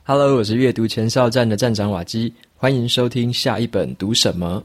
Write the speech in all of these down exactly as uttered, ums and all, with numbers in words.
Hello， 我是阅读前哨站的站长瓦基，欢迎收听下一本读什么。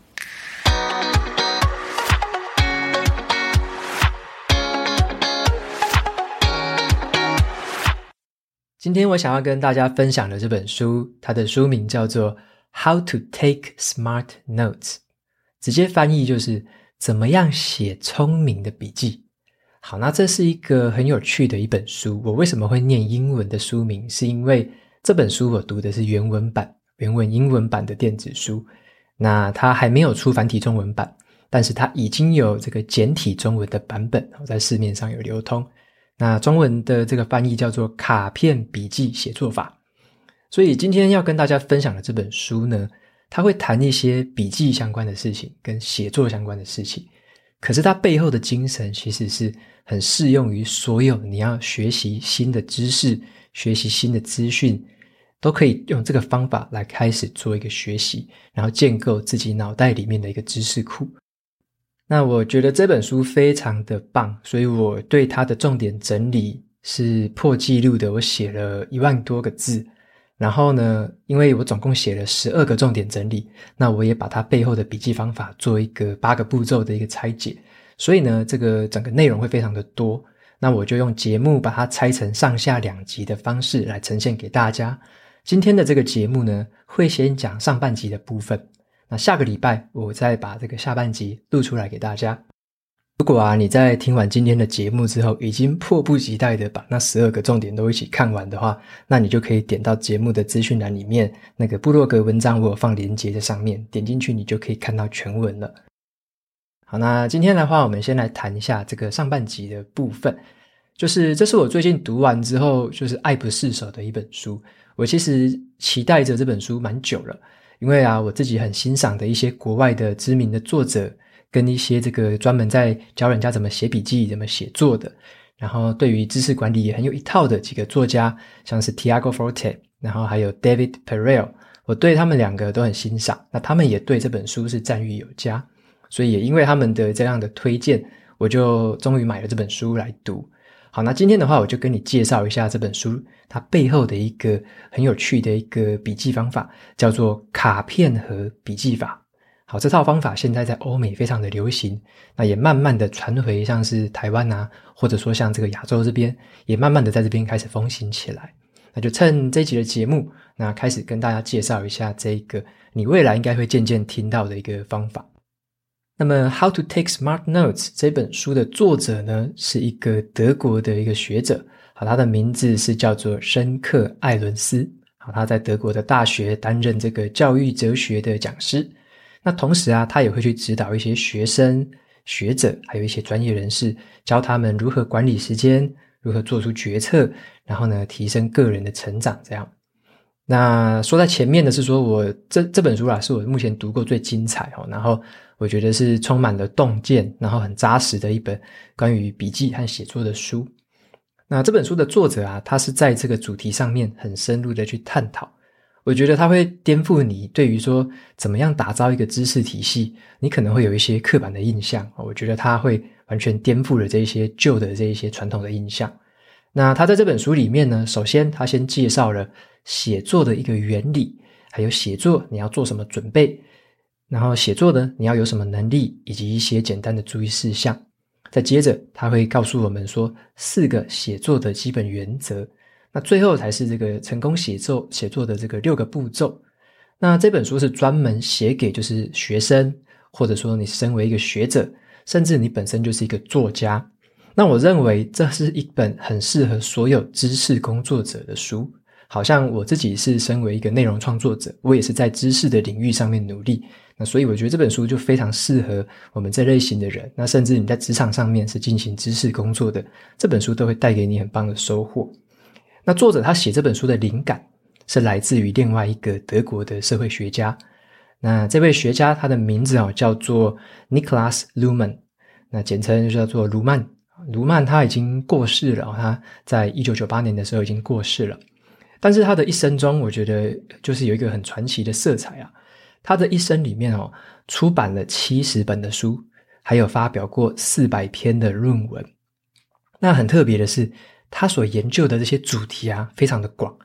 今天我想要跟大家分享的这本书，它的书名叫做 How to Take Smart Notes， 直接翻译就是怎么样写聪明的笔记。好，那这是一个很有趣的一本书。我为什么会念英文的书名，是因为这本书我读的是原文版，原文英文版的电子书。那它还没有出繁体中文版，但是它已经有这个简体中文的版本，在市面上有流通。那中文的这个翻译叫做卡片笔记写作法。所以今天要跟大家分享的这本书呢，它会谈一些笔记相关的事情，跟写作相关的事情。可是它背后的精神其实是很适用于所有你要学习新的知识，学习新的资讯，都可以用这个方法来开始做一个学习，然后建构自己脑袋里面的一个知识库。那我觉得这本书非常的棒，所以我对它的重点整理是破纪录的，我写了一万多个字。然后呢，因为我总共写了十二个重点整理，那我也把它背后的笔记方法做一个八个步骤的一个拆解。所以呢，这个整个内容会非常的多。那我就用节目把它拆成上下两集的方式来呈现给大家。今天的这个节目呢，会先讲上半集的部分。那下个礼拜我再把这个下半集录出来给大家。如果啊你在听完今天的节目之后，已经迫不及待的把那十二个重点都一起看完的话，那你就可以点到节目的资讯栏里面，那个部落格文章我有放连结在上面，点进去你就可以看到全文了。好，那今天的话我们先来谈一下这个上半集的部分。就是这是我最近读完之后就是爱不释手的一本书。我其实期待着这本书蛮久了，因为啊我自己很欣赏的一些国外的知名的作者，跟一些这个专门在教人家怎么写笔记怎么写作的，然后对于知识管理也很有一套的几个作家，像是 Tiago Forte， 然后还有 David Perell， 我对他们两个都很欣赏。那他们也对这本书是赞誉有加，所以也因为他们的这样的推荐，我就终于买了这本书来读。好，那今天的话我就跟你介绍一下这本书它背后的一个很有趣的一个笔记方法，叫做卡片盒笔记法。好，这套方法现在在欧美非常的流行，那也慢慢的传回像是台湾啊，或者说像这个亚洲这边，也慢慢的在这边开始风行起来。那就趁这一集的节目，那开始跟大家介绍一下这个你未来应该会渐渐听到的一个方法。那么 How to Take Smart Notes 这本书的作者呢，是一个德国的一个学者。好，他的名字是叫做申克艾伦斯。好，他在德国的大学担任这个教育哲学的讲师。那同时啊，他也会去指导一些学生、学者，还有一些专业人士，教他们如何管理时间，如何做出决策，然后呢，提升个人的成长这样。那说在前面的是说我这这本书啦，是我目前读过最精彩哦，然后我觉得是充满了洞见，然后很扎实的一本关于笔记和写作的书。那这本书的作者啊，他是在这个主题上面很深入的去探讨。我觉得它会颠覆你对于说怎么样打造一个知识体系，你可能会有一些刻板的印象。我觉得它会完全颠覆了这些旧的这一些传统的印象。那他在这本书里面呢，首先他先介绍了写作的一个原理，还有写作你要做什么准备，然后写作呢你要有什么能力，以及一些简单的注意事项。再接着他会告诉我们说四个写作的基本原则，那最后才是这个成功写作写作的这个六个步骤。那这本书是专门写给就是学生，或者说你身为一个学者，甚至你本身就是一个作家。那我认为这是一本很适合所有知识工作者的书。好像我自己是身为一个内容创作者，我也是在知识的领域上面努力，那所以我觉得这本书就非常适合我们这类型的人。那甚至你在职场上面是进行知识工作的，这本书都会带给你很棒的收获。那作者他写这本书的灵感是来自于另外一个德国的社会学家。那这位学家他的名字哦叫做 Niklas Luhmann， 那简称就叫做卢曼。卢曼他已经过世了，他在一九九八年的时候已经过世了。但是他的一生中，我觉得就是有一个很传奇的色彩啊。他的一生里面哦，出版了七十本的书，还有发表过四百篇的论文。那很特别的是，他所研究的这些主题啊，非常的广，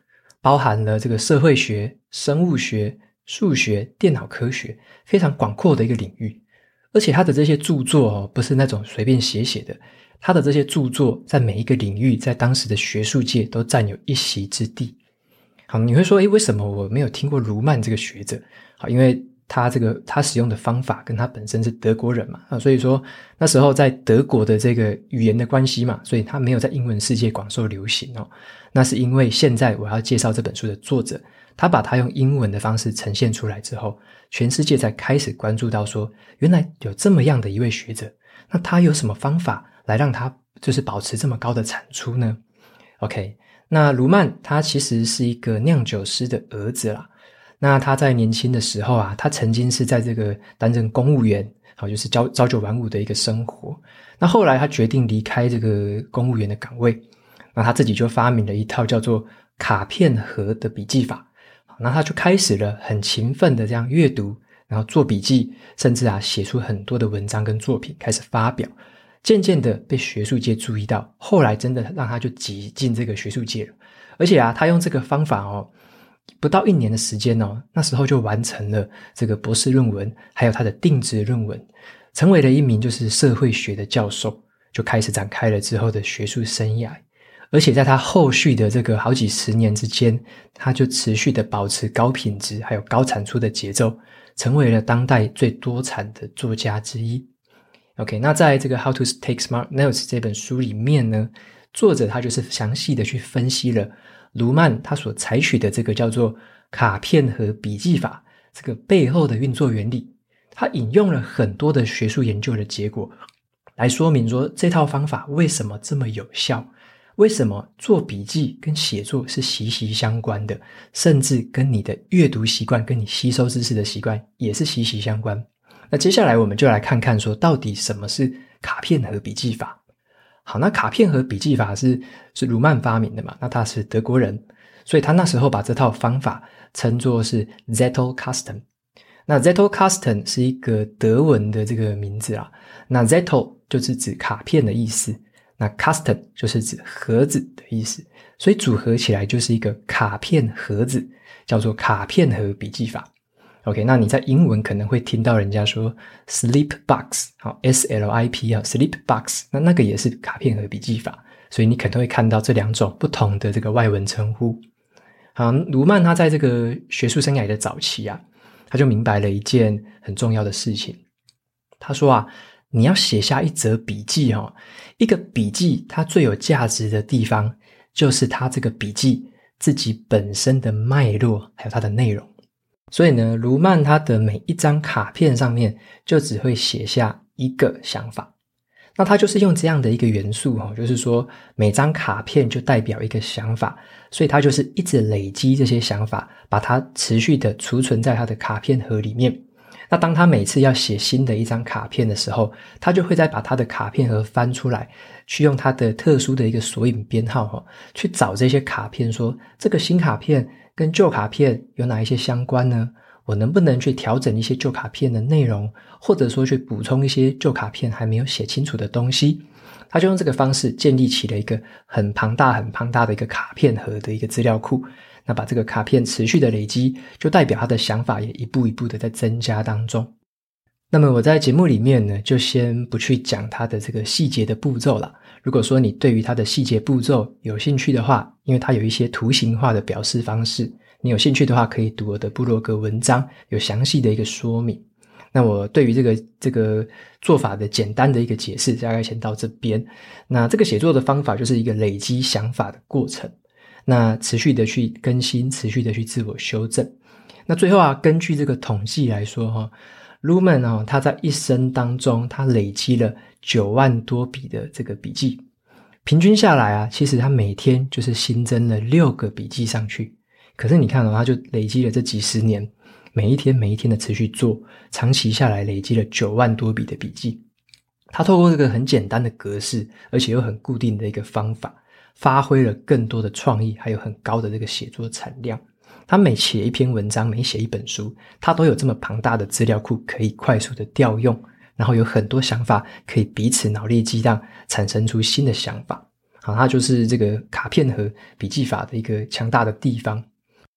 包含了这个社会学、生物学、数学、电脑科学，非常广阔的一个领域。而且他的这些著作哦，不是那种随便写写的，他的这些著作在每一个领域，在当时的学术界都占有一席之地。好，你会说，诶，为什么我没有听过卢曼这个学者？好，因为他这个他使用的方法跟他本身是德国人嘛，啊，所以说那时候在德国的这个语言的关系嘛，所以他没有在英文世界广受流行哦。那是因为现在我要介绍这本书的作者，他把他用英文的方式呈现出来之后，全世界才开始关注到说，原来有这么样的一位学者，那他有什么方法来让他就是保持这么高的产出呢？ OK， 那卢曼他其实是一个酿酒师的儿子啦。那他在年轻的时候啊，他曾经是在这个担任公务员，好，就是朝朝九晚五的一个生活。那后来他决定离开这个公务员的岗位，那他自己就发明了一套叫做卡片盒的笔记法。那他就开始了很勤奋的这样阅读，然后做笔记，甚至啊写出很多的文章跟作品开始发表，渐渐的被学术界注意到，后来真的让他就挤进这个学术界了。而且啊他用这个方法哦，不到一年的时间哦，那时候就完成了这个博士论文，还有他的定职论文，成为了一名就是社会学的教授，就开始展开了之后的学术生涯。而且在他后续的这个好几十年之间，他就持续的保持高品质还有高产出的节奏，成为了当代最多产的作家之一。OK， 那在这个 How to Take Smart Notes 这本书里面呢，作者他就是详细的去分析了卢曼他所采取的这个叫做卡片盒笔记法这个背后的运作原理。他引用了很多的学术研究的结果来说明说这套方法为什么这么有效，为什么做笔记跟写作是息息相关的，甚至跟你的阅读习惯跟你吸收知识的习惯也是息息相关。那接下来我们就来看看说到底什么是卡片盒笔记法。好，那卡片盒笔记法是是卢曼发明的嘛，那他是德国人，所以他那时候把这套方法称作是 Zettelkasten。 那 Zettelkasten 是一个德文的这个名字啦，那 Zettel 就是指卡片的意思，那 Kasten 就是指盒子的意思，所以组合起来就是一个卡片盒子，叫做卡片盒笔记法。OK， 那你在英文可能会听到人家说 Slip Box， 好 S L I P 啊 Slip Box， 那那个也是卡片盒笔记法，所以你可能会看到这两种不同的这个外文称呼。好，卢曼他在这个学术生涯的早期啊，他就明白了一件很重要的事情。他说啊，你要写下一则笔记哦，一个笔记它最有价值的地方就是它这个笔记自己本身的脉络还有它的内容。所以呢，卢曼他的每一张卡片上面就只会写下一个想法，那他就是用这样的一个元素哦，就是说每张卡片就代表一个想法，所以他就是一直累积这些想法，把它持续的储存在他的卡片盒里面。那当他每次要写新的一张卡片的时候，他就会再把他的卡片盒翻出来，去用他的特殊的一个索引编号哦，去找这些卡片，说这个新卡片跟旧卡片有哪一些相关呢？我能不能去调整一些旧卡片的内容，或者说去补充一些旧卡片还没有写清楚的东西？他就用这个方式建立起了一个很庞大很庞大的一个卡片盒的一个资料库。那把这个卡片持续的累积，就代表他的想法也一步一步的在增加当中。那么我在节目里面呢，就先不去讲他的这个细节的步骤啦。如果说你对于他的细节步骤有兴趣的话，因为他有一些图形化的表示方式，你有兴趣的话可以读我的部落格文章，有详细的一个说明。那我对于这个这个做法的简单的一个解释大概先到这边。那这个写作的方法就是一个累积想法的过程，那持续的去更新，持续的去自我修正。那最后啊，根据这个统计来说哈，卢曼哦，他在一生当中他累积了九万多笔的这个笔记，平均下来啊，其实他每天就是新增了六个笔记上去。可是你看哦，他就累积了这几十年，每一天每一天的持续做，长期下来累积了九万多笔的笔记。他透过这个很简单的格式，而且又很固定的一个方法，发挥了更多的创意，还有很高的这个写作产量。他每写一篇文章，每写一本书，他都有这么庞大的资料库可以快速的调用，然后有很多想法可以彼此脑力激荡，产生出新的想法。好，它就是这个卡片盒笔记法的一个强大的地方。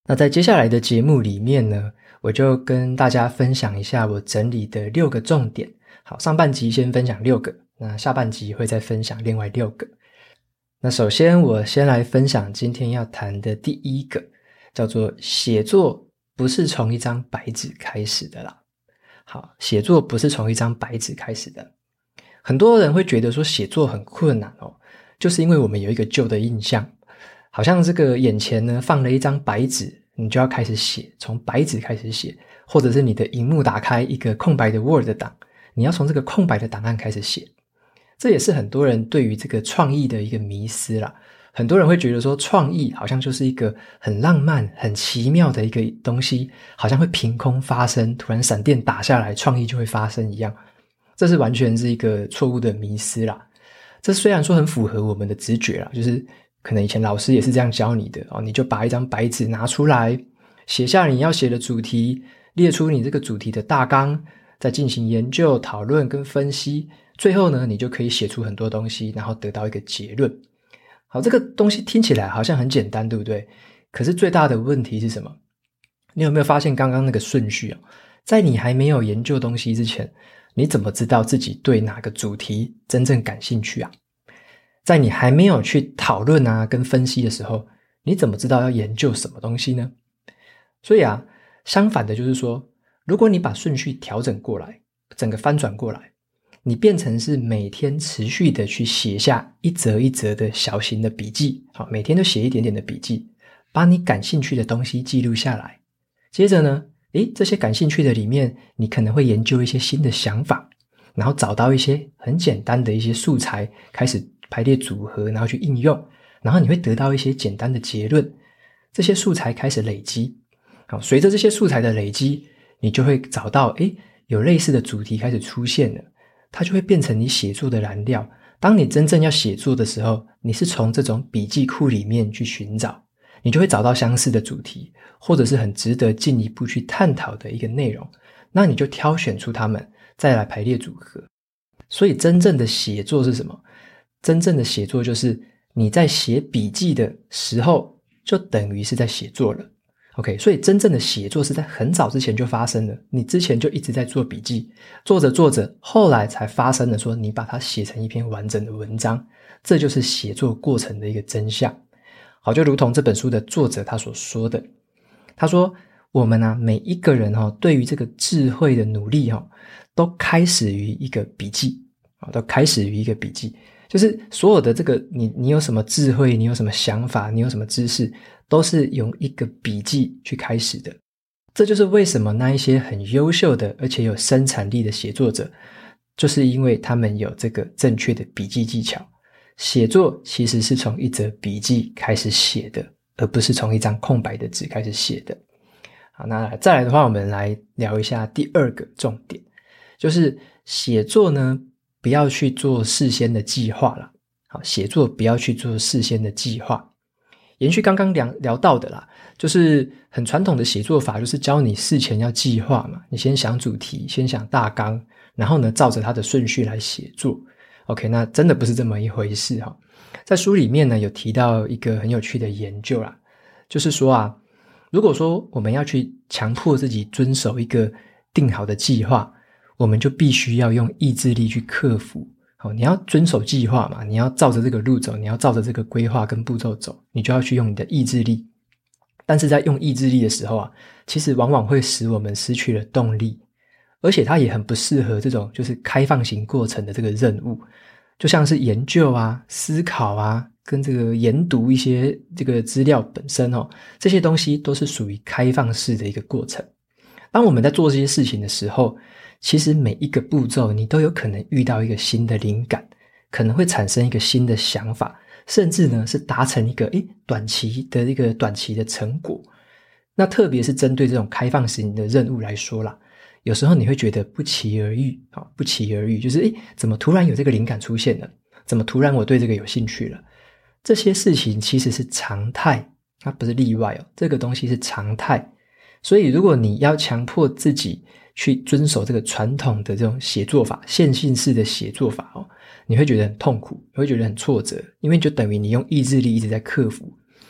那在接下来的节目里面呢，我就跟大家分享一下我整理的六个重点。好，上半集先分享六个，那下半集会再分享另外六个。那首先我先来分享今天要谈的第一个，叫做写作不是从一张白纸开始的啦。好，写作不是从一张白纸开始的。很多人会觉得说写作很困难哦，就是因为我们有一个旧的印象，好像这个眼前呢放了一张白纸，你就要开始写，从白纸开始写，或者是你的荧幕打开一个空白的 Word 档，你要从这个空白的档案开始写。这也是很多人对于这个创意的一个迷思啦。很多人会觉得说创意好像就是一个很浪漫很奇妙的一个东西，好像会凭空发生，突然闪电打下来创意就会发生一样。这是完全是一个错误的迷思啦。这虽然说很符合我们的直觉啦，就是可能以前老师也是这样教你的哦，你就把一张白纸拿出来，写下你要写的主题，列出你这个主题的大纲，再进行研究讨论跟分析，最后呢你就可以写出很多东西，然后得到一个结论。好，这个东西听起来好像很简单，对不对？可是最大的问题是什么？你有没有发现刚刚那个顺序啊？在你还没有研究东西之前，你怎么知道自己对哪个主题真正感兴趣啊？在你还没有去讨论啊跟分析的时候，你怎么知道要研究什么东西呢？所以啊，相反的就是说，如果你把顺序调整过来，整个翻转过来，你变成是每天持续的去写下一则一则的小型的笔记，好，每天都写一点点的笔记，把你感兴趣的东西记录下来。接着呢，诶，这些感兴趣的里面，你可能会研究一些新的想法，然后找到一些很简单的一些素材，开始排列组合，然后去应用，然后你会得到一些简单的结论。这些素材开始累积，好，随着这些素材的累积，你就会找到，诶，有类似的主题开始出现了。它就会变成你写作的燃料。当你真正要写作的时候，你是从这种笔记库里面去寻找，你就会找到相似的主题，或者是很值得进一步去探讨的一个内容，那你就挑选出它们，再来排列组合。所以真正的写作是什么？真正的写作就是你在写笔记的时候，就等于是在写作了。OK， 所以真正的写作是在很早之前就发生了，你之前就一直在做笔记，做着做着，后来才发生了说你把它写成一篇完整的文章，这就是写作过程的一个真相。好，就如同这本书的作者他所说的，他说我们啊每一个人哦，对于这个智慧的努力哦，都开始于一个笔记，都开始于一个笔记。就是所有的这个你你有什么智慧，你有什么想法，你有什么知识，都是用一个笔记去开始的。这就是为什么那一些很优秀的而且有生产力的写作者，就是因为他们有这个正确的笔记技巧。写作其实是从一则笔记开始写的，而不是从一张空白的纸开始写的。好，那再来的话，我们来聊一下第二个重点，就是写作呢不要去做事先的计划啦。好，写作不要去做事先的计划。延续刚刚聊聊到的啦，就是很传统的写作法，就是教你事前要计划嘛，你先想主题，先想大纲，然后呢照着它的顺序来写作。OK， 那真的不是这么一回事哈。在书里面呢有提到一个很有趣的研究啦，就是说啊，如果说我们要去强迫自己遵守一个定好的计划，我们就必须要用意志力去克服。好，你要遵守计划嘛，你要照着这个路走，你要照着这个规划跟步骤走，你就要去用你的意志力。但是在用意志力的时候啊，其实往往会使我们失去了动力，而且它也很不适合这种就是开放型过程的这个任务，就像是研究啊、思考啊，跟这个研读一些这个资料本身哦，这些东西都是属于开放式的一个过程。当我们在做这些事情的时候，其实每一个步骤你都有可能遇到一个新的灵感，可能会产生一个新的想法，甚至呢是达成一个诶短期的一个短期的成果。那特别是针对这种开放型的任务来说啦，有时候你会觉得不期而遇，不期而遇就是诶怎么突然有这个灵感出现了，怎么突然我对这个有兴趣了。这些事情其实是常态，它不是例外哦，这个东西是常态。所以如果你要强迫自己去遵守这个传统的这种写作法，线性式的写作法哦，你会觉得很痛苦，你会觉得很挫折，因为就等于你用意志力一直在克服，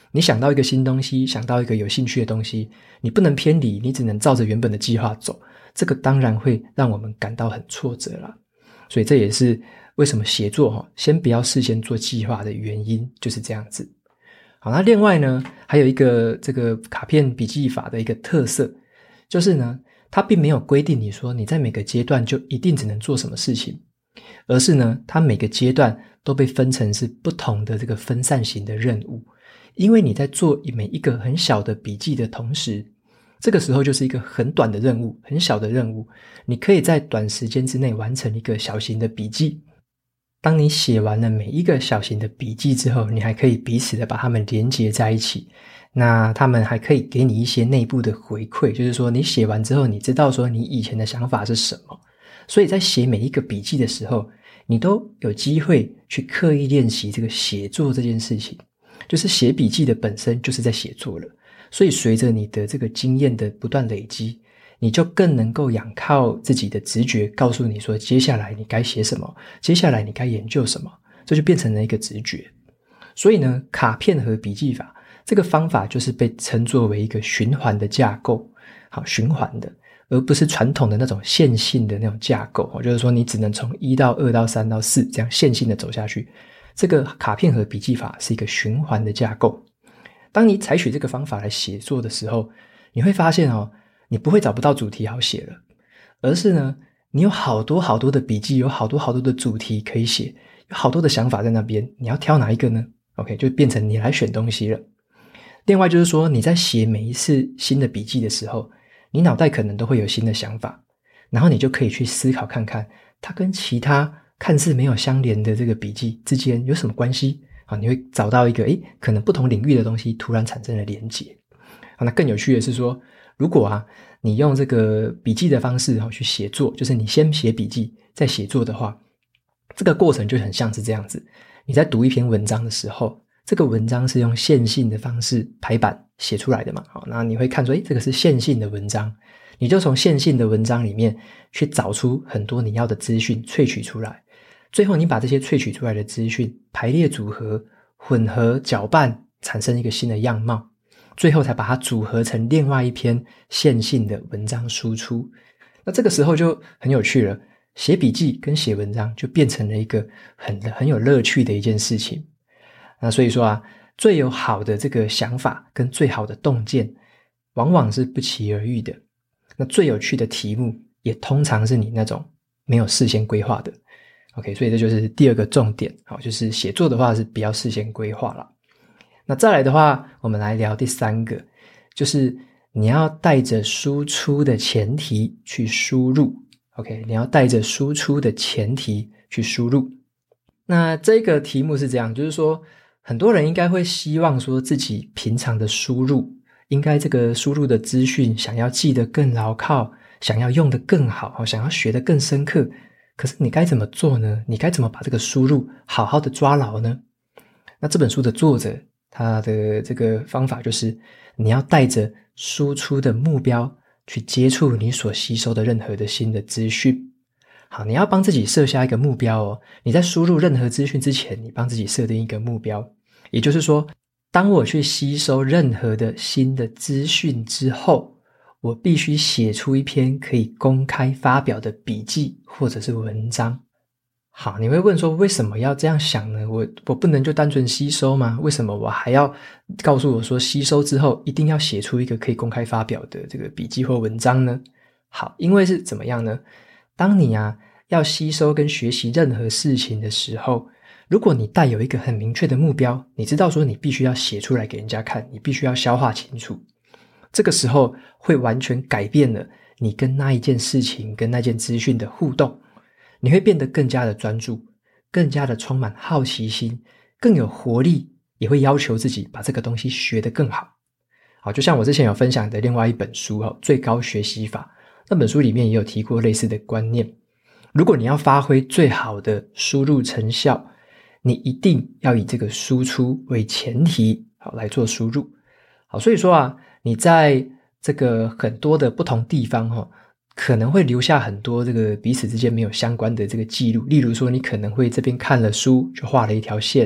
你想到一个新东西，想到一个有兴趣的东西，你不能偏离，你只能照着原本的计划走，这个当然会让我们感到很挫折啦。所以这也是为什么写作先不要事先做计划的原因，就是这样子。好，那另外呢，还有一个这个卡片笔记法的一个特色，就是呢，它并没有规定你说你在每个阶段就一定只能做什么事情，而是呢，它每个阶段都被分成是不同的这个分散型的任务。因为你在做每一个很小的笔记的同时，这个时候就是一个很短的任务，很小的任务，你可以在短时间之内完成一个小型的笔记。当你写完了每一个小型的笔记之后，你还可以彼此的把它们连结在一起，那他们还可以给你一些内部的回馈，就是说你写完之后，你知道说你以前的想法是什么。所以在写每一个笔记的时候，你都有机会去刻意练习这个写作这件事情，就是写笔记的本身就是在写作了。所以随着你的这个经验的不断累积，你就更能够仰靠自己的直觉告诉你说接下来你该写什么，接下来你该研究什么，这就变成了一个直觉。所以呢，卡片和笔记法这个方法就是被称作为一个循环的架构，好，循环的，而不是传统的那种线性的那种架构，就是说你只能从一到二到三到四这样线性的走下去。这个卡片和笔记法是一个循环的架构。当你采取这个方法来写作的时候，你会发现哦，你不会找不到主题好写了，而是呢，你有好多好多的笔记，有好多好多的主题可以写，有好多的想法在那边，你要挑哪一个呢？ OK， 就变成你来选东西了。另外就是说，你在写每一次新的笔记的时候，你脑袋可能都会有新的想法，然后你就可以去思考看看，它跟其他看似没有相连的这个笔记之间有什么关系啊？你会找到一个诶，可能不同领域的东西突然产生了连结。啊，那更有趣的是说，如果啊你用这个笔记的方式啊去写作，就是你先写笔记再写作的话，这个过程就很像是这样子。你在读一篇文章的时候，这个文章是用线性的方式排版写出来的嘛，好，那你会看说诶，这个是线性的文章，你就从线性的文章里面去找出很多你要的资讯，萃取出来，最后你把这些萃取出来的资讯排列组合，混合搅拌，产生一个新的样貌，最后才把它组合成另外一篇线性的文章输出。那这个时候就很有趣了，写笔记跟写文章就变成了一个很很有乐趣的一件事情。那所以说啊，最有好的这个想法跟最好的洞见往往是不期而遇的，那最有趣的题目也通常是你那种没有事先规划的。 OK， 所以这就是第二个重点，好，就是写作的话是不要事先规划啦。那再来的话，我们来聊第三个，就是你要带着输出的前提去输入。 OK， 你要带着输出的前提去输入。那这个题目是这样，就是说很多人应该会希望说自己平常的输入，应该这个输入的资讯想要记得更牢靠，想要用得更好，想要学得更深刻，可是你该怎么做呢？你该怎么把这个输入好好的抓牢呢？那这本书的作者他的这个方法就是你要带着输出的目标去接触你所吸收的任何的新的资讯。好，你要帮自己设下一个目标哦。你在输入任何资讯之前，你帮自己设定一个目标，也就是说，当我去吸收任何的新的资讯之后，我必须写出一篇可以公开发表的笔记或者是文章。好，你会问说为什么要这样想呢？我我不能就单纯吸收吗？为什么我还要告诉我说吸收之后一定要写出一个可以公开发表的这个笔记或文章呢？好，因为是怎么样呢？当你啊要吸收跟学习任何事情的时候，如果你带有一个很明确的目标，你知道说你必须要写出来给人家看，你必须要消化清楚，这个时候会完全改变了你跟那一件事情跟那件资讯的互动，你会变得更加的专注，更加的充满好奇心，更有活力，也会要求自己把这个东西学得更好。好，就像我之前有分享的另外一本书《最高学习法》，那本书里面也有提过类似的观念。如果你要发挥最好的输入成效，你一定要以这个输出为前提，好来做输入。好，所以说啊，你在这个很多的不同地方齁，可能会留下很多这个彼此之间没有相关的这个记录。例如说，你可能会这边看了书就画了一条线，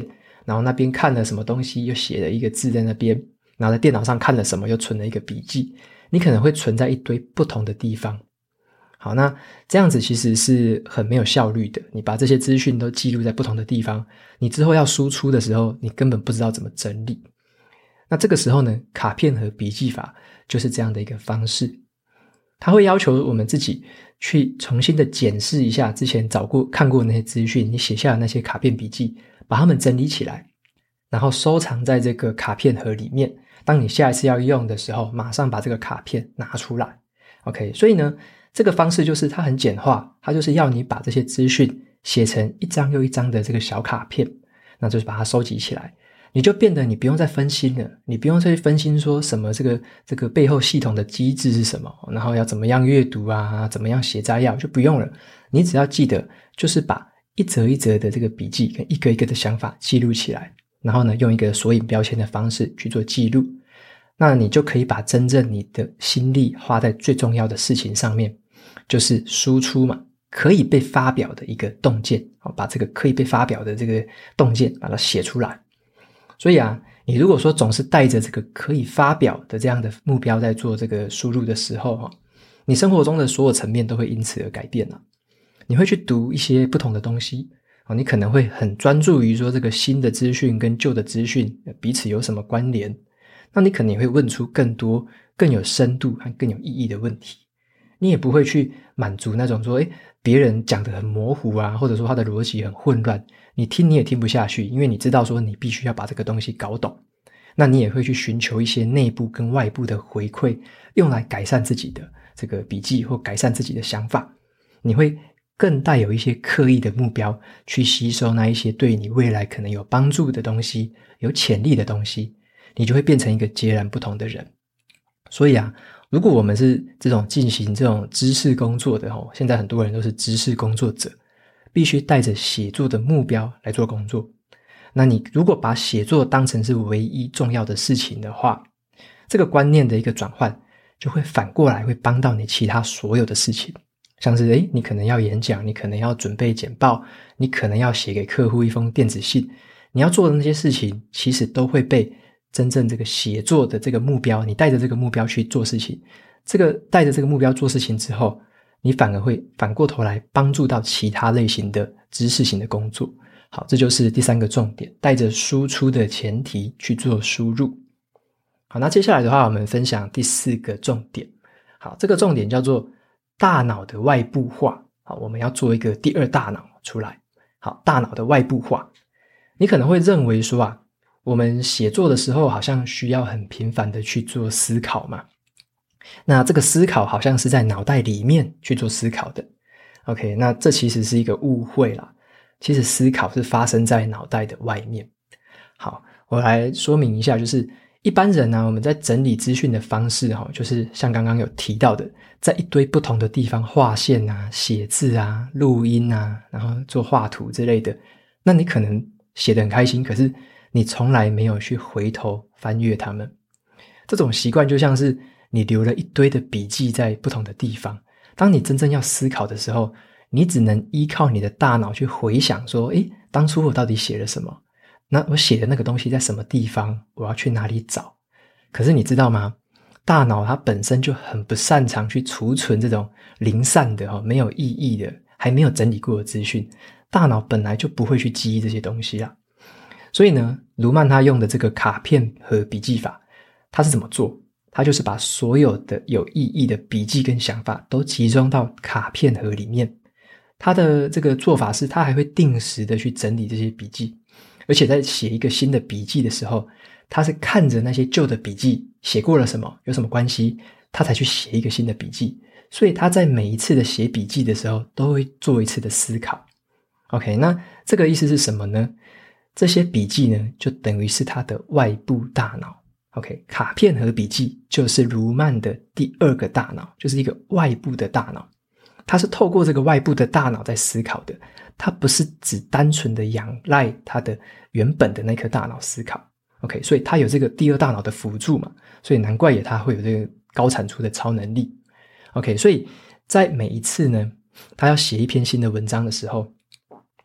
然后那边看了什么东西又写了一个字在那边，然后在电脑上看了什么又存了一个笔记，你可能会存在一堆不同的地方。好，那这样子其实是很没有效率的，你把这些资讯都记录在不同的地方，你之后要输出的时候你根本不知道怎么整理。那这个时候呢，卡片和笔记法就是这样的一个方式，它会要求我们自己去重新的检视一下之前找过看过的那些资讯，你写下的那些卡片笔记，把它们整理起来，然后收藏在这个卡片盒里面，当你下一次要用的时候马上把这个卡片拿出来。 OK， 所以呢这个方式就是它很简化，它就是要你把这些资讯写成一张又一张的这个小卡片，那就是把它收集起来，你就变得你不用再分心了，你不用再去分心说什么这个这个背后系统的机制是什么，然后要怎么样阅读啊，怎么样写摘要，就不用了。你只要记得就是把一则一则的这个笔记跟一个一个的想法记录起来，然后呢用一个索引标签的方式去做记录，那你就可以把真正你的心力花在最重要的事情上面，就是输出嘛，可以被发表的一个洞见，把这个可以被发表的这个洞见把它写出来。所以啊，你如果说总是带着这个可以发表的这样的目标在做这个输入的时候，你生活中的所有层面都会因此而改变了。你会去读一些不同的东西，你可能会很专注于说这个新的资讯跟旧的资讯彼此有什么关联，那你可能也会问出更多更有深度和更有意义的问题。你也不会去满足那种说诶别人讲得很模糊啊，或者说他的逻辑很混乱，你听你也听不下去，因为你知道说你必须要把这个东西搞懂。那你也会去寻求一些内部跟外部的回馈，用来改善自己的这个笔记或改善自己的想法。你会更带有一些刻意的目标去吸收那一些对你未来可能有帮助的东西，有潜力的东西，你就会变成一个截然不同的人。所以啊，如果我们是这种进行这种知识工作的，现在很多人都是知识工作者，必须带着写作的目标来做工作。那你如果把写作当成是唯一重要的事情的话，这个观念的一个转换就会反过来会帮到你其他所有的事情。像是诶你可能要演讲，你可能要准备简报，你可能要写给客户一封电子信，你要做的那些事情其实都会被真正这个写作的这个目标，你带着这个目标去做事情，这个带着这个目标做事情之后，你反而会反过头来帮助到其他类型的知识型的工作。好，这就是第三个重点，带着输出的前提去做输入。好，那接下来的话我们分享第四个重点。好，这个重点叫做大脑的外部化。好，我们要做一个第二大脑出来。好，大脑的外部化。你可能会认为说啊，我们写作的时候好像需要很频繁的去做思考嘛，那这个思考好像是在脑袋里面去做思考的。 OK， 那这其实是一个误会啦，其实思考是发生在脑袋的外面。好，我来说明一下，就是一般人呢、啊，我们在整理资讯的方式、哦、就是像刚刚有提到的，在一堆不同的地方画线啊、写字啊、录音啊，然后做画图之类的，那你可能写得很开心，可是你从来没有去回头翻阅它们。这种习惯就像是你留了一堆的笔记在不同的地方，当你真正要思考的时候，你只能依靠你的大脑去回想说，诶，当初我到底写了什么？那我写的那个东西在什么地方？我要去哪里找？可是你知道吗？大脑它本身就很不擅长去储存这种零散的、没有意义的、还没有整理过的资讯。大脑本来就不会去记忆这些东西啦。所以呢，卢曼他用的这个卡片和笔记法，他是怎么做？他就是把所有的有意义的笔记跟想法都集中到卡片盒里面。他的这个做法是，他还会定时的去整理这些笔记，而且在写一个新的笔记的时候，他是看着那些旧的笔记写过了什么，有什么关系，他才去写一个新的笔记。所以他在每一次的写笔记的时候，都会做一次的思考。OK， 那这个意思是什么呢？这些笔记呢，就等于是他的外部大脑。OK， 卡片和笔记就是卢曼的第二个大脑，就是一个外部的大脑。他是透过这个外部的大脑在思考的，他不是只单纯的仰赖他的原本的那颗大脑思考。OK， 所以他有这个第二大脑的辅助嘛，所以难怪也他会有这个高产出的超能力。OK， 所以在每一次呢，他要写一篇新的文章的时候，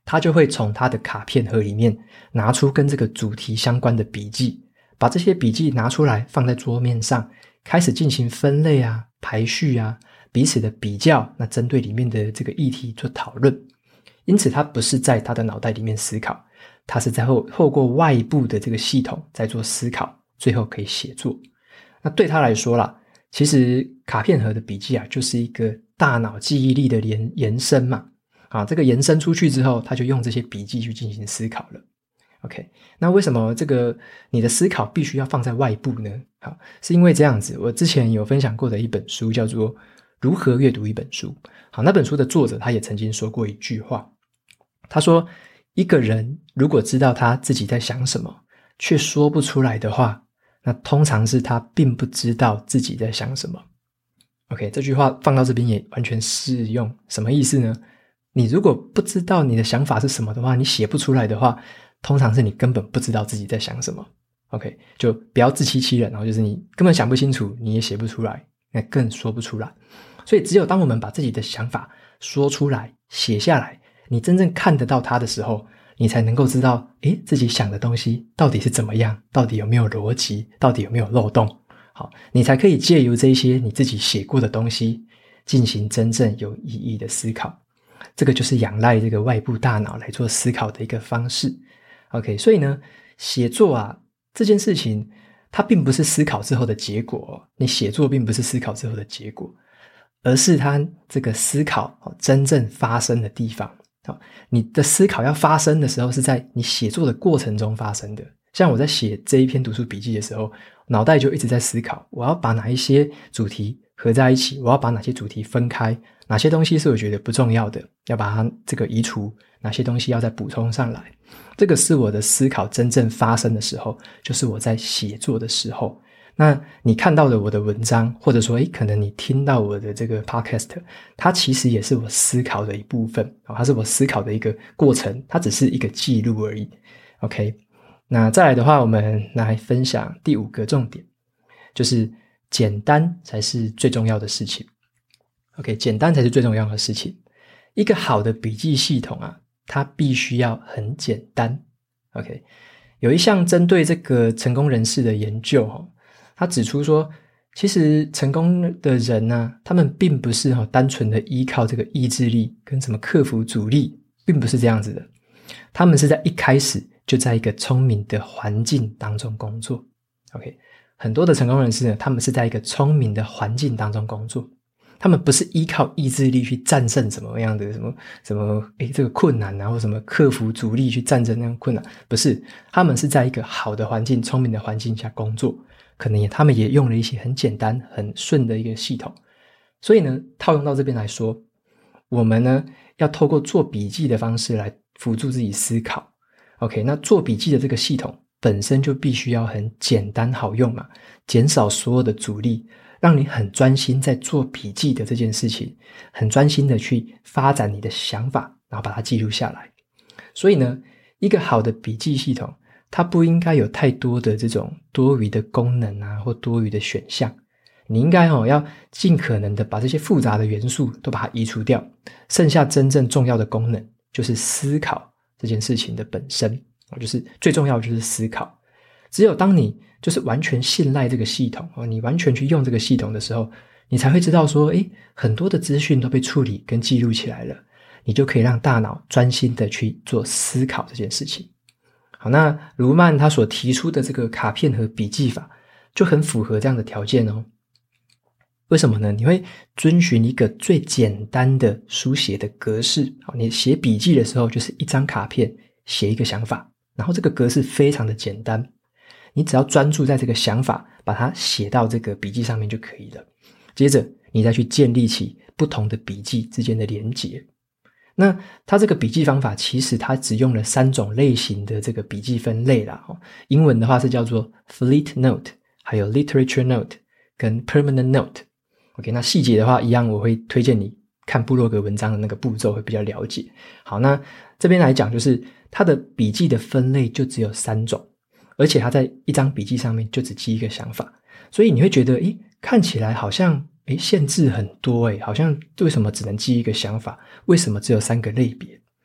他就会从他的卡片盒里面拿出跟这个主题相关的笔记，把这些笔记拿出来放在桌面上，开始进行分类啊、排序啊、彼此的比较，那针对里面的这个议题做讨论。因此他不是在他的脑袋里面思考，他是在后透过外部的这个系统在做思考，最后可以写作。那对他来说啦，其实卡片盒的笔记啊，就是一个大脑记忆力的延延伸嘛。啊，这个延伸出去之后，他就用这些笔记去进行思考了。OK， 那为什么这个你的思考必须要放在外部呢？好，是因为这样子，我之前有分享过的一本书叫做《如何阅读一本书》。好，那本书的作者他也曾经说过一句话，他说一个人如果知道他自己在想什么，却说不出来的话，那通常是他并不知道自己在想什么。OK， 这句话放到这边也完全适用。什么意思呢？你如果不知道你的想法是什么的话，你写不出来的话，通常是你根本不知道自己在想什么。OK， 就不要自欺欺人，然后就是你根本想不清楚，你也写不出来，那更说不出来。所以只有当我们把自己的想法说出来，写下来，你真正看得到它的时候，你才能够知道，诶，自己想的东西到底是怎么样，到底有没有逻辑，到底有没有漏洞。好，你才可以借由这些你自己写过的东西，进行真正有意义的思考。这个就是仰赖这个外部大脑来做思考的一个方式。OK， 所以呢，写作啊这件事情，它并不是思考之后的结果，你写作并不是思考之后的结果，而是它这个思考真正发生的地方。你的思考要发生的时候，是在你写作的过程中发生的。像我在写这一篇读书笔记的时候，脑袋就一直在思考，我要把哪一些主题合在一起，我要把哪些主题分开，哪些东西是我觉得不重要的，要把它这个移除，哪些东西要再补充上来。这个是我的思考真正发生的时候，就是我在写作的时候。那你看到的我的文章，或者说诶可能你听到我的这个 podcast， 它其实也是我思考的一部分，它是我思考的一个过程，它只是一个记录而已。 OK， 那再来的话，我们来分享第五个重点，就是简单才是最重要的事情。 OK， 简单才是最重要的事情。一个好的笔记系统啊，它必须要很简单。 OK， 有一项针对这个成功人士的研究哦，他指出说，其实成功的人啊，他们并不是单纯的依靠这个意志力跟什么克服阻力，并不是这样子的。他们是在一开始就在一个聪明的环境当中工作。 OK， 很多的成功人士呢，他们是在一个聪明的环境当中工作，他们不是依靠意志力去战胜什么样的什么什么诶这个困难啊，或什么克服阻力去战胜那样困难，不是，他们是在一个好的环境、聪明的环境下工作，可能也他们也用了一些很简单很顺的一个系统。所以呢，套用到这边来说，我们呢要透过做笔记的方式来辅助自己思考。 OK， 那做笔记的这个系统本身就必须要很简单好用嘛，减少所有的阻力，让你很专心在做笔记的这件事情，很专心的去发展你的想法，然后把它记录下来。所以呢，一个好的笔记系统，它不应该有太多的这种多余的功能啊，或多余的选项。你应该、哦、要尽可能的把这些复杂的元素都把它移除掉，剩下真正重要的功能就是思考这件事情的本身，就是最重要的就是思考。只有当你就是完全信赖这个系统，你完全去用这个系统的时候，你才会知道说，诶，很多的资讯都被处理跟记录起来了，你就可以让大脑专心的去做思考这件事情。好，那卢曼他所提出的这个卡片和笔记法就很符合这样的条件哦。为什么呢？你会遵循一个最简单的书写的格式。你写笔记的时候就是一张卡片写一个想法，然后这个格式非常的简单，你只要专注在这个想法，把它写到这个笔记上面就可以了。接着你再去建立起不同的笔记之间的连结。那它这个笔记方法其实它只用了三种类型的这个笔记分类啦。英文的话是叫做 Fleet Note， 还有 Literature Note 跟 Permanent Note。OK， 那细节的话一样，我会推荐你看部落格文章的那个步骤会比较了解。好，那这边来讲就是它的笔记的分类就只有三种，而且它在一张笔记上面就只记一个想法，所以你会觉得诶，看起来好像诶限制很多诶，好像为什么只能记一个想法，为什么只有三个类别？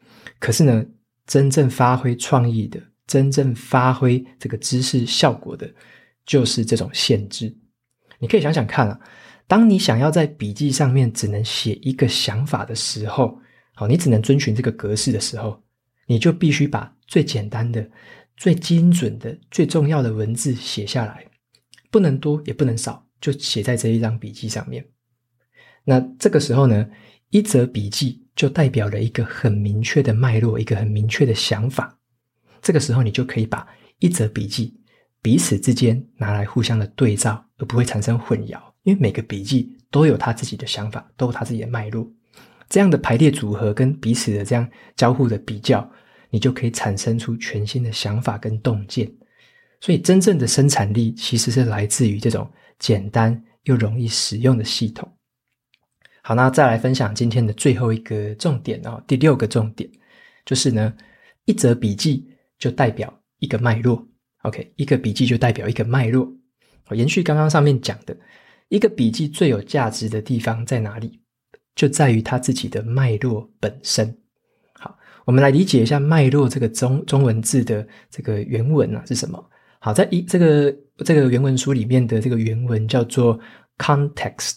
可是呢，真正发挥创意的，真正发挥这个知识效果的，就是这种限制。你可以想想看啊，当你想要在笔记上面只能写一个想法的时候，好，你只能遵循这个格式的时候，你就必须把最简单的、最精准的、最重要的文字写下来，不能多也不能少，就写在这一张笔记上面。那这个时候呢，一则笔记就代表了一个很明确的脉络，一个很明确的想法。这个时候你就可以把一则笔记彼此之间拿来互相的对照，而不会产生混淆，因为每个笔记都有他自己的想法，都有他自己的脉络。这样的排列组合跟彼此的这样交互的比较，你就可以产生出全新的想法跟洞见。所以真正的生产力其实是来自于这种简单又容易使用的系统。好，那再来分享今天的最后一个重点哦，第六个重点就是呢，一则笔记就代表一个脉络。OK， 一个笔记就代表一个脉络。延续刚刚上面讲的，一个笔记最有价值的地方在哪里？就在于它自己的脉络本身。好，我们来理解一下脉络这个中中文字的这个原文啊是什么。好，在一这个这个原文书里面的这个原文叫做 context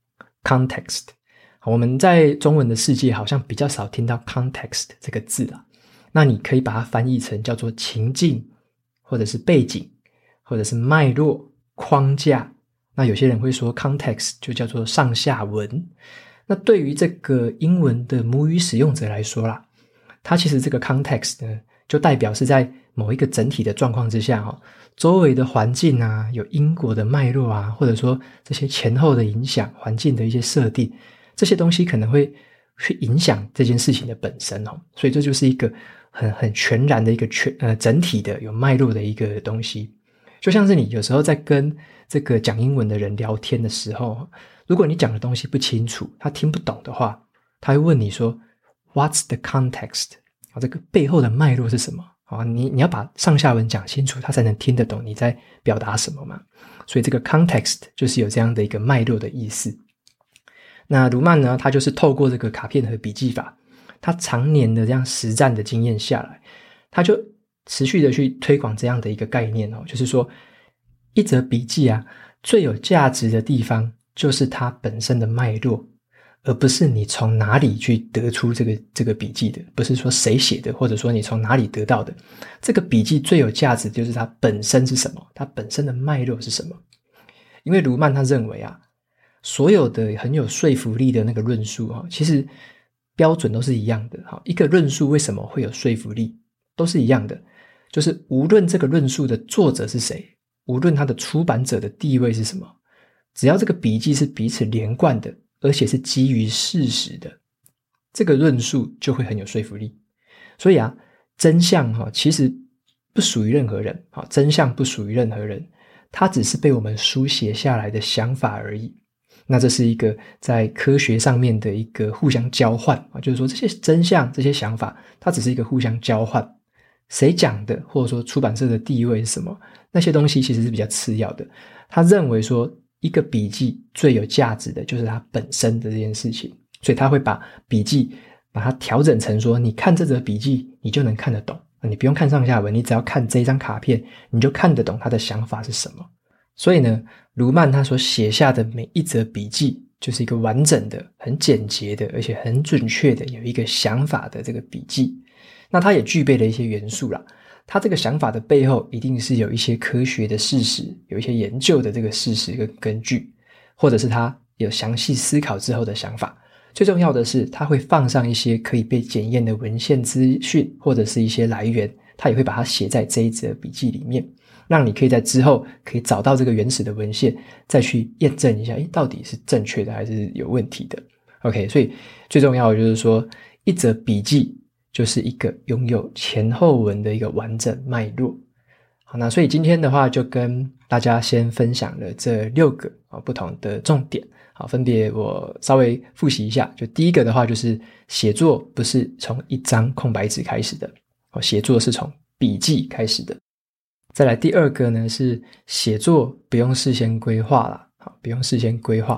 context。好，我们在中文的世界好像比较少听到 context 这个字啦，那你可以把它翻译成叫做情境，或者是背景，或者是脉络、框架。那有些人会说 context 就叫做上下文。那对于这个英文的母语使用者来说啦，它其实这个 context 呢，就代表是在某一个整体的状况之下哦，周围的环境啊，有因果的脉络啊，或者说这些前后的影响，环境的一些设定，这些东西可能会去影响这件事情的本身哦。所以这就是一个很很全然的一个全呃整体的有脉络的一个东西。就像是你有时候在跟这个讲英文的人聊天的时候，如果你讲的东西不清楚，他听不懂的话，他会问你说 What's the context？ 这个背后的脉络是什么？你, 你要把上下文讲清楚，他才能听得懂你在表达什么嘛。所以这个 context 就是有这样的一个脉络的意思。那卢曼呢，他就是透过这个卡片和笔记法，他常年的这样实战的经验下来，他就持续的去推广这样的一个概念哦，就是说一则笔记啊，最有价值的地方就是它本身的脉络，而不是你从哪里去得出这个这个笔记的，不是说谁写的，或者说你从哪里得到的。这个笔记最有价值就是它本身是什么，它本身的脉络是什么。因为卢曼他认为啊，所有的很有说服力的那个论述啊，其实标准都是一样的。一个论述为什么会有说服力，都是一样的，就是无论这个论述的作者是谁，无论他的出版者的地位是什么，只要这个笔记是彼此连贯的，而且是基于事实的，这个论述就会很有说服力。所以啊，真相哈其实不属于任何人，真相不属于任何人，它只是被我们书写下来的想法而已。那这是一个在科学上面的一个互相交换，就是说这些真相这些想法它只是一个互相交换，谁讲的或者说出版社的地位是什么，那些东西其实是比较次要的。他认为说一个笔记最有价值的就是它本身的这件事情，所以他会把笔记把它调整成说，你看这则笔记你就能看得懂，你不用看上下文，你只要看这一张卡片你就看得懂他的想法是什么。所以呢，卢曼他所写下的每一则笔记就是一个完整的很简洁的而且很准确的有一个想法的这个笔记。那他也具备了一些元素啦，他这个想法的背后一定是有一些科学的事实，有一些研究的这个事实跟根据，或者是他有详细思考之后的想法。最重要的是他会放上一些可以被检验的文献资讯或者是一些来源，他也会把它写在这一则笔记里面，让你可以在之后可以找到这个原始的文献，再去验证一下诶到底是正确的还是有问题的。 OK， 所以最重要的就是说一则笔记就是一个拥有前后文的一个完整脉络。好，那所以今天的话就跟大家先分享了这六个不同的重点。好，分别我稍微复习一下。就第一个的话就是写作不是从一张空白纸开始的，写作是从笔记开始的。再来第二个呢是写作不用事先规划啦，好，不用事先规划，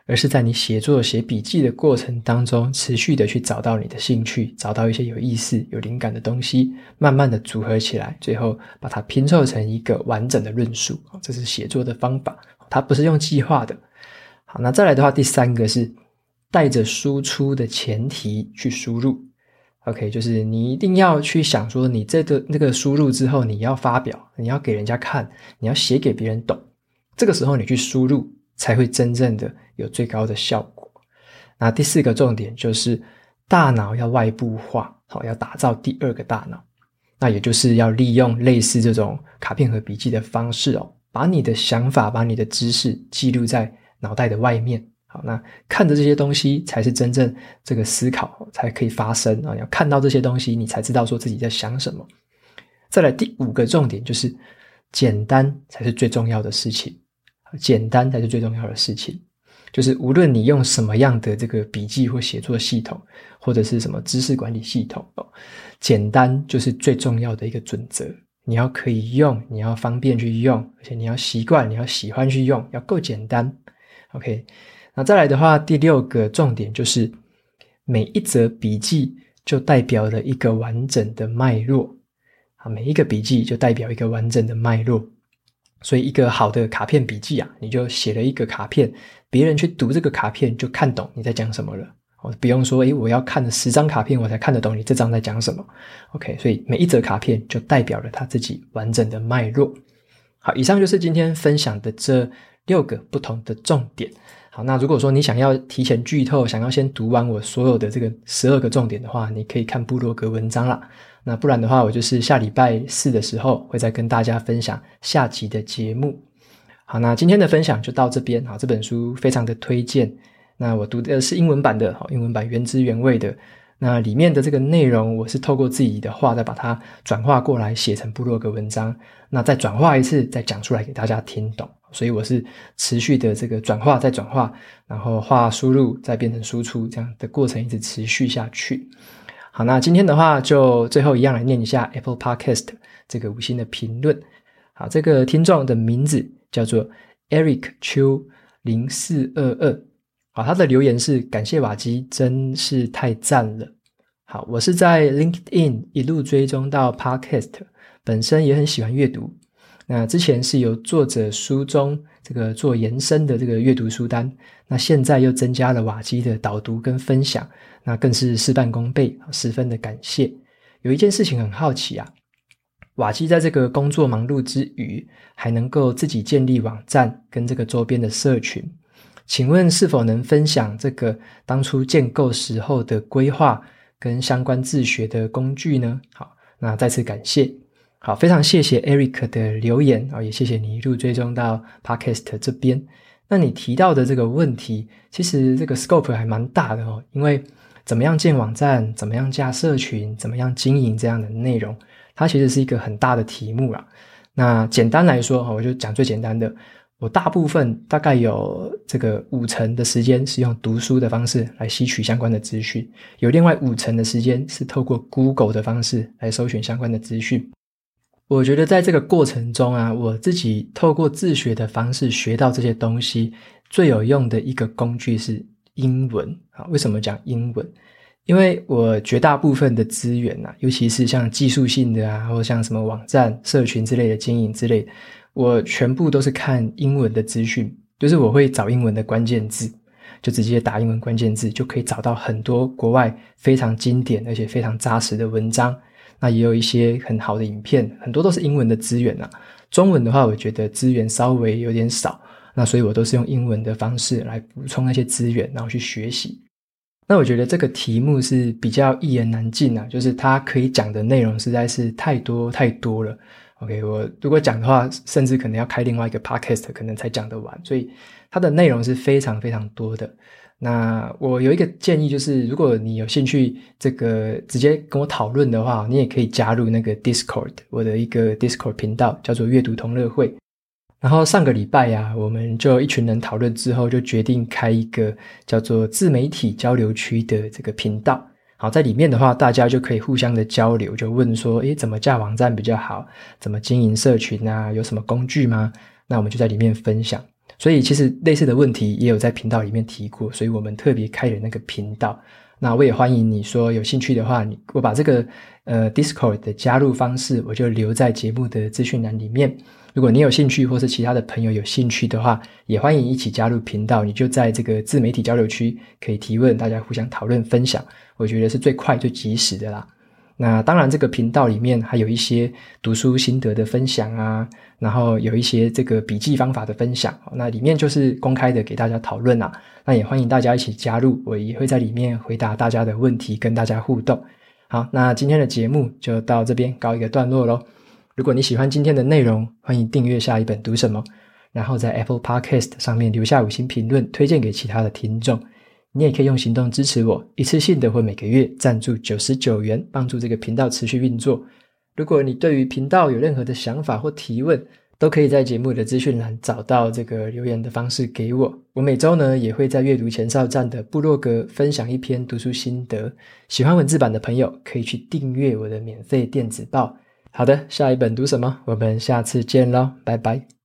而是在你写作写笔记的过程当中持续的去找到你的兴趣，找到一些有意思有灵感的东西，慢慢的组合起来，最后把它拼凑成一个完整的论述。这是写作的方法，它不是用计划的。好，那再来的话，第三个是带着输出的前提去输入。OK， 就是你一定要去想说，你这个那个输入之后，你要发表，你要给人家看，你要写给别人懂，这个时候你去输入才会真正的有最高的效果。那第四个重点就是大脑要外部化，好，要打造第二个大脑。那也就是要利用类似这种卡片和笔记的方式哦，把你的想法，把你的知识记录在脑袋的外面。好，那看着这些东西才是真正这个思考才可以发生啊！要看到这些东西，你才知道说自己在想什么。再来第五个重点就是简单才是最重要的事情，简单才是最重要的事情。就是无论你用什么样的这个笔记或写作系统，或者是什么知识管理系统哦，简单就是最重要的一个准则。你要可以用，你要方便去用，而且你要习惯，你要喜欢去用，要够简单。OK。那再来的话，第六个重点就是每一则笔记就代表了一个完整的脉络。好，每一个笔记就代表一个完整的脉络。所以一个好的卡片笔记啊，你就写了一个卡片，别人去读这个卡片就看懂你在讲什么了。不用说诶我要看了十张卡片我才看得懂你这张在讲什么。 OK， 所以每一则卡片就代表了他自己完整的脉络。好，以上就是今天分享的这六个不同的重点。好，那如果说你想要提前剧透，想要先读完我所有的这个十二个重点的话，你可以看部落格文章啦。那不然的话，我就是下礼拜四的时候会再跟大家分享下集的节目。好，那今天的分享就到这边。好，这本书非常的推荐。那我读的是英文版的，好，英文版原汁原味的。那里面的这个内容我是透过自己的话再把它转化过来写成部落格文章，那再转化一次再讲出来给大家听懂。所以我是持续的这个转化再转化，然后话输入再变成输出，这样的过程一直持续下去。好，那今天的话就最后一样来念一下 Apple Podcast 这个五星的评论。好，这个听众的名字叫做 Eric Chu 零四二二。好，他的留言是感谢瓦基真是太赞了。好，我是在 LinkedIn 一路追踪到 Podcast， 本身也很喜欢阅读。那之前是由作者书中这个做延伸的这个阅读书单，那现在又增加了瓦基的导读跟分享，那更是事半功倍，十分的感谢。有一件事情很好奇啊，瓦基在这个工作忙碌之余，还能够自己建立网站跟这个周边的社群，请问是否能分享这个当初建构时候的规划跟相关自学的工具呢？好，那再次感谢。好，非常谢谢 Eric 的留言，也谢谢你一路追踪到 Podcast 这边。那你提到的这个问题，其实这个 scope 还蛮大的哦，因为怎么样建网站，怎么样架社群，怎么样经营这样的内容，它其实是一个很大的题目啦。那简单来说，我就讲最简单的，我大部分大概有这个五成的时间是用读书的方式来吸取相关的资讯，有另外五成的时间是透过 Google 的方式来搜寻相关的资讯。我觉得在这个过程中啊，我自己透过自学的方式学到这些东西，最有用的一个工具是英文。为什么讲英文？因为我绝大部分的资源啊，尤其是像技术性的啊，或像什么网站、社群之类的经营之类的，我全部都是看英文的资讯，就是我会找英文的关键字，就直接打英文关键字，就可以找到很多国外非常经典而且非常扎实的文章。那也有一些很好的影片，很多都是英文的资源啊。中文的话，我觉得资源稍微有点少，那所以我都是用英文的方式来补充那些资源，然后去学习。那我觉得这个题目是比较一言难尽啊，就是它可以讲的内容实在是太多太多了。OK， 我如果讲的话，甚至可能要开另外一个 podcast 可能才讲得完，所以它的内容是非常非常多的。那我有一个建议，就是如果你有兴趣这个直接跟我讨论的话，你也可以加入那个 Discord， 我的一个 Discord 频道叫做阅读同乐会。然后上个礼拜啊，我们就一群人讨论之后，就决定开一个叫做自媒体交流区的这个频道。好，在里面的话，大家就可以互相的交流，就问说，诶，怎么架网站比较好？怎么经营社群啊？有什么工具吗？那我们就在里面分享。 所以其实类似的问题也有在频道里面提过，所以我们特别开了那个频道。那我也欢迎你说有兴趣的话，你我把这个呃 Discord 的加入方式我就留在节目的资讯栏里面。如果你有兴趣或是其他的朋友有兴趣的话，也欢迎一起加入频道，你就在这个自媒体交流区可以提问，大家互相讨论分享，我觉得是最快最及时的啦。那当然这个频道里面还有一些读书心得的分享啊，然后有一些这个笔记方法的分享，那里面就是公开的给大家讨论啊，那也欢迎大家一起加入，我也会在里面回答大家的问题，跟大家互动。好，那今天的节目就到这边告一个段落咯。如果你喜欢今天的内容，欢迎订阅下一本读什么，然后在 Apple Podcast 上面留下五星评论，推荐给其他的听众。你也可以用行动支持我，一次性的或每个月赞助九十九元，帮助这个频道持续运作。如果你对于频道有任何的想法或提问，都可以在节目的资讯栏找到这个留言的方式给我。我每周呢也会在阅读前哨站的部落格分享一篇读书心得，喜欢文字版的朋友可以去订阅我的免费电子报。好的，下一本读什么？我们下次见咯，拜拜。